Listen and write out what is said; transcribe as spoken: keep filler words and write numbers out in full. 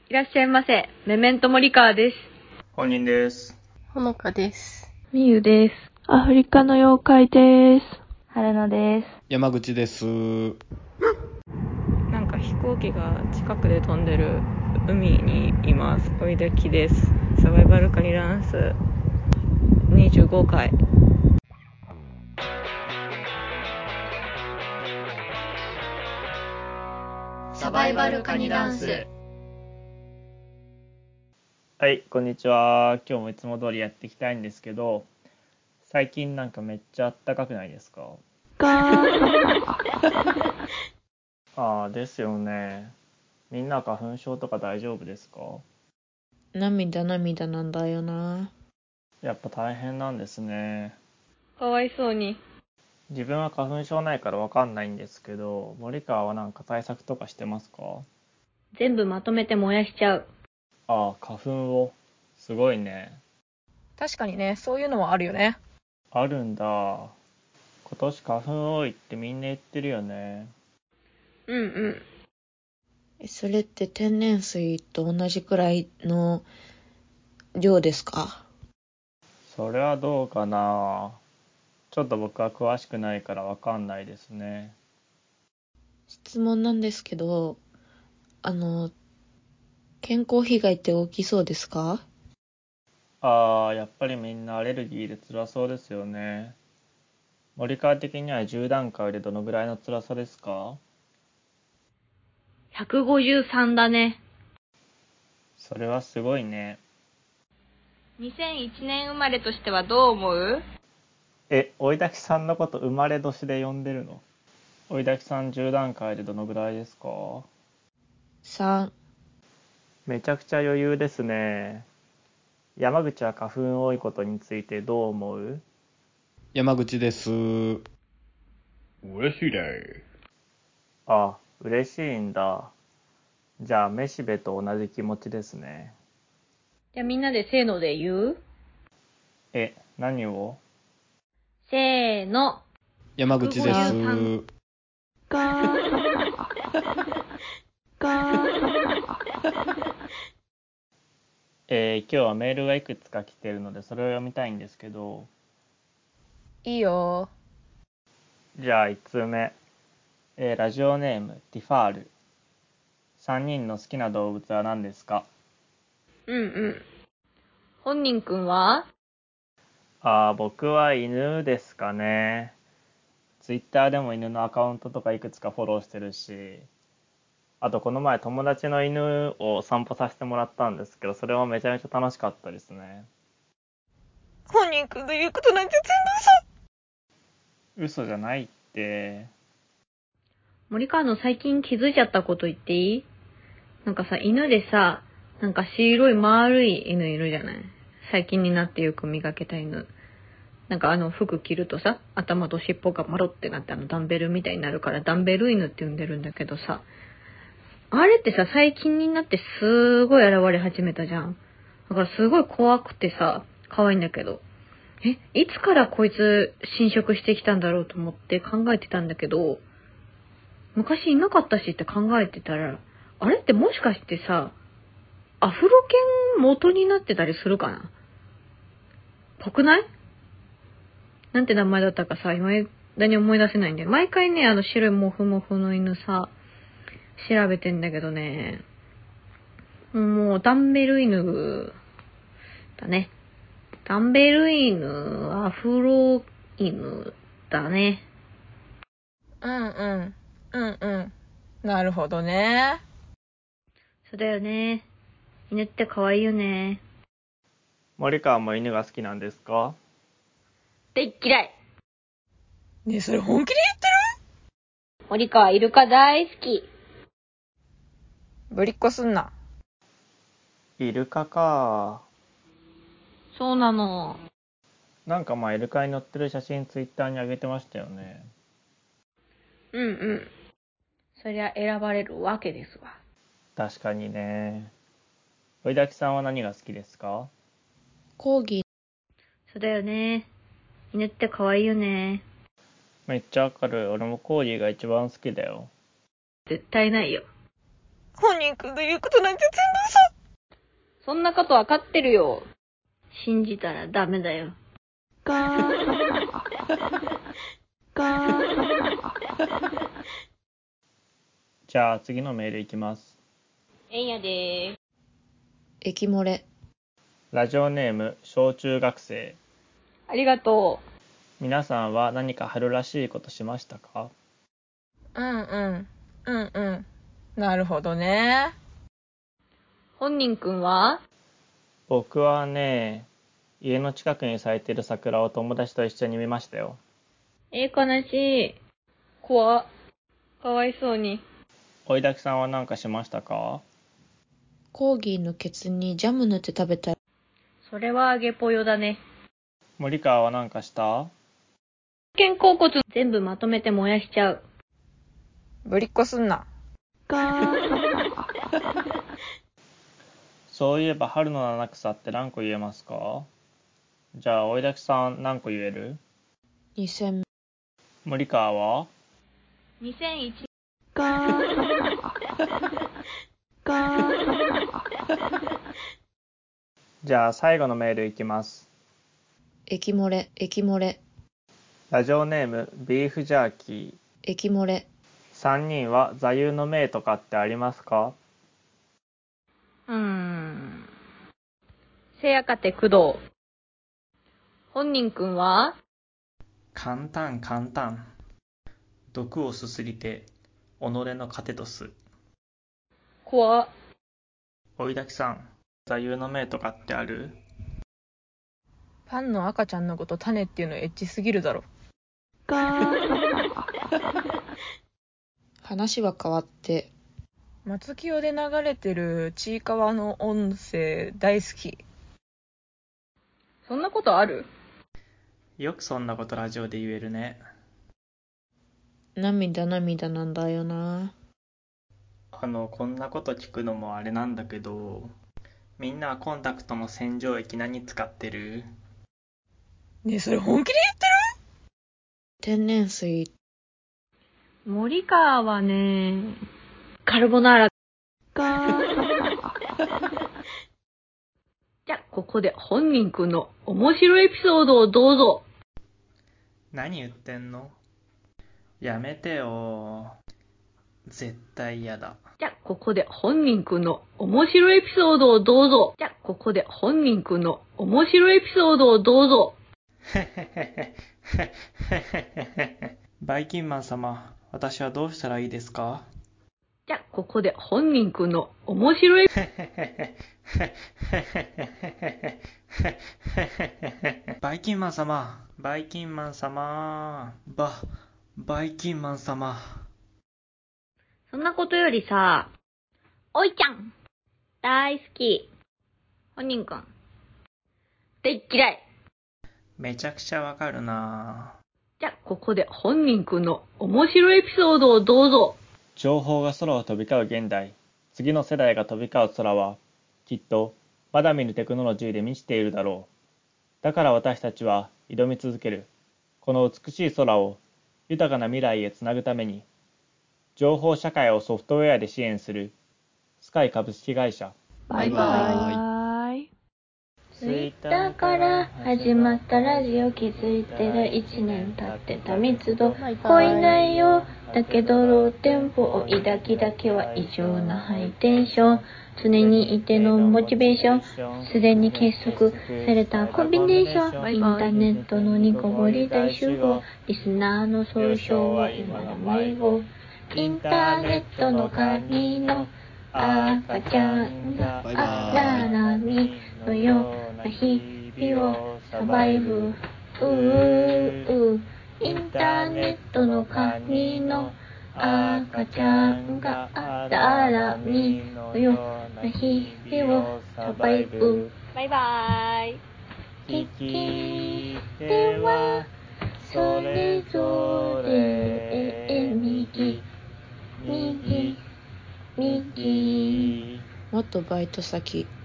いらっしゃいませ。メメントモリカーです。 本人です。 ほのかです。 みゆです。アフリカの妖怪です。 春野です。 山口です。 なんか飛行機が近くで飛んでる海にいます。おいできです。サバイバルカニダンスにじゅうごかい。 サバイバルカニダンス。 はい、こんにちは。今日もいつも通りやっていきたいんですけど、最近なんかめっちゃ暖かくないですか？ああ、ですよね。みんな花粉症とか大丈夫ですか？ 涙涙なんだよな。 やっぱ大変なんですね。 かわいそうに。 自分は花粉症ないからわかんないんですけど、森川はなんか対策とかしてますか？ 全部まとめて燃やしちゃう。 ああ、花粉を。すごいね。 確かにね、そういうのはあるよね。 あるんだ。今年花粉多いってみんな言ってるよね。 うんうんえそれって天然水と同じくらいの量ですか？ それはどうかな。ちょっと僕は詳しくないからわかんないですね。 質問なんですけど、あの、健康被害って大きそうですか？ ああ、やっぱりみんなアレルギーで辛そうですよね。森川的にはじゅう段階でどのぐらいの辛さですか？ ひゃくごじゅうさんだね。 それはすごいね。 にせんいちねん生まれとしてはどう思う？ え、おいだきさんのこと生まれ年で呼んでるの？おいだきさんじゅう段階でどのぐらいですか？ さん。 めちゃくちゃ余裕ですね。山口は花粉多いことについてどう思う？ 山口です。嬉しいでー。あ、嬉しいんだ。じゃあめしべと同じ気持ちですね。 じゃあみんなでせーので言う？ え、何を？ せーの。 山口です。 ガーガーえー、今日はメールがいくつか来てるのでそれを読みたいんですけど。 いいよ。 じゃあいちつめ、えー、ラジオネームティファール。さんにんの好きな動物は何ですか？ うんうん。本人くんは？ あー、僕は犬ですかね。ツイッターでも犬のアカウントとかいくつかフォローしてるし、あとこの前友達の犬を散歩させてもらったんですけど、それもめちゃめちゃ楽しかったですね。 本人くんの言うことなんて全部嘘じゃないって。 森川の最近気づいちゃったこと言っていい？なんかさ、犬でさ、なんか白い丸い犬いるじゃない？最近になってよく見かけた犬。なんかあの服着るとさ、頭と尻尾がマロってなってあのダンベルみたいになるからダンベル犬って呼んでるんだけどさ、あれってさ、最近になってすごい現れ始めたじゃん。だからすごい怖くてさ、可愛いんだけど。え、いつからこいつ侵食してきたんだろうと思って考えてたんだけど、昔いなかったしって考えてたら、あれってもしかしてさ、アフロ犬元になってたりするかな？ぽくない？なんて名前だったかさ、今だに思い出せないんだよ。毎回ね、あの白いモフモフの犬さ、調べてんだけどね、もうダンベル犬だね。ダンベル犬、アフロ犬だね。 うんうん。うんうん。なるほどね。 そうだよね。犬って可愛いよね。 森川も犬が好きなんですか？ 大っ嫌い。 ねえ、それ本気で言ってる？ 森川イルカ大好き。 ぶりっこすんな。 イルカか。 そうなの。 なんかまあイルカに乗ってる写真ツイッターに上げてましたよね。 うんうん。そりゃ選ばれるわけですわ。 確かにね。おいだきさんは何が好きですか？ コーギー。 そうだよね。犬って可愛いよね。 めっちゃわかる。俺もコーギーが一番好きだよ。 絶対ないよ。 本人くんの言うことなんて全部嘘。 そんなことわかってるよ。信じたらダメだよ。 ガーガーじゃあ次のメールいきます。 えんやでーす。 駅漏れ。 ラジオネーム小中学生。 ありがと皆さんは何か春らしいことしましたか？ うんうんうんうんなるほどね。 う。本人くんは？ 僕はね、家の近くに咲いてる桜を友達と一緒に見ましたよ。 えー、悲しい。怖っ。かわいそうに。 おいだきさんは何かしましたか？ コーギーのケツにジャム塗って食べたら、 それはあげぽよだね。 森川は何かした？ 肩甲骨全部まとめて燃やしちゃう。 ぶりっこすんな。 ガーそういえば春の七草って何個言えますか？じゃあおいだきさん何個言える？ にせん森川は？ にせんいち。 ガーガーじゃあ最後のメールいきます。 駅漏れ、駅漏れ、 ラジオネームビーフジャーキー。 駅漏れ。 さんにんは座右の銘とかってありますか？ うーん。せやかて工藤。本人くんは？ 簡単簡単。毒をすすりて己の糧とす。 怖っ。 おいだきさん、座右の銘とかってある？ パンの赤ちゃんのこと種っていうのエッチすぎるだろ。 ガー話は変わって、 松清で流れてるちいかわの音声大好き。 そんなことある？ よくそんなことラジオで言えるね。 涙涙なんだよな。 あの、こんなこと聞くのもあれなんだけど、みんなはコンタクトの洗浄液何使ってる？ ねえそれ本気で言ってる？ 天然水。 森川はね、カルボナーラ。 ガーじゃ、ここで本人くんの面白いエピソードをどうぞ。 何言ってんの？やめてよ。絶対嫌だ。 じゃ、ここで本人くんの面白いエピソードをどうぞ。じゃ、ここで本人くんの面白いエピソードをどうぞ。 バイキンマン様、私はどうしたらいいですか？ じゃ、ここで本人くんの面白いバイキンマン様、バイキンマン様、バ、バイキンマン様。 そんなことよりさ、おいちゃん大好き。本人くんでっ嫌い。 めちゃくちゃわかるな。 じゃ、ここで本人くんの面白いエピソードをどうぞ。 情報が空を飛び交う現代、次の世代が飛び交う空は、きっとまだ見ぬテクノロジーで満ちているだろう。だから私たちは挑み続ける。この美しい空を豊かな未来へつなぐために、情報社会をソフトウェアで支援するスカイ株式会社。 バイババイ。 ツイッターから始まったラジオ、気づいてるいちねん経ってた密度濃い内容だけどローテンポを抱きだけは異常なハイテンション、常にいてのモチベーション、すでに結束されたコンビネーション、インターネットのニコゴリ大集合、リスナーの総称は今の迷子、インターネットの鍵の赤ちゃんが荒波のような日々をサバイブ、うーうインターネットの鍵の赤ちゃんが荒波のような日々をサバイブ。バイバーイ。聞き手はそれぞれ右右右もっとバイト先。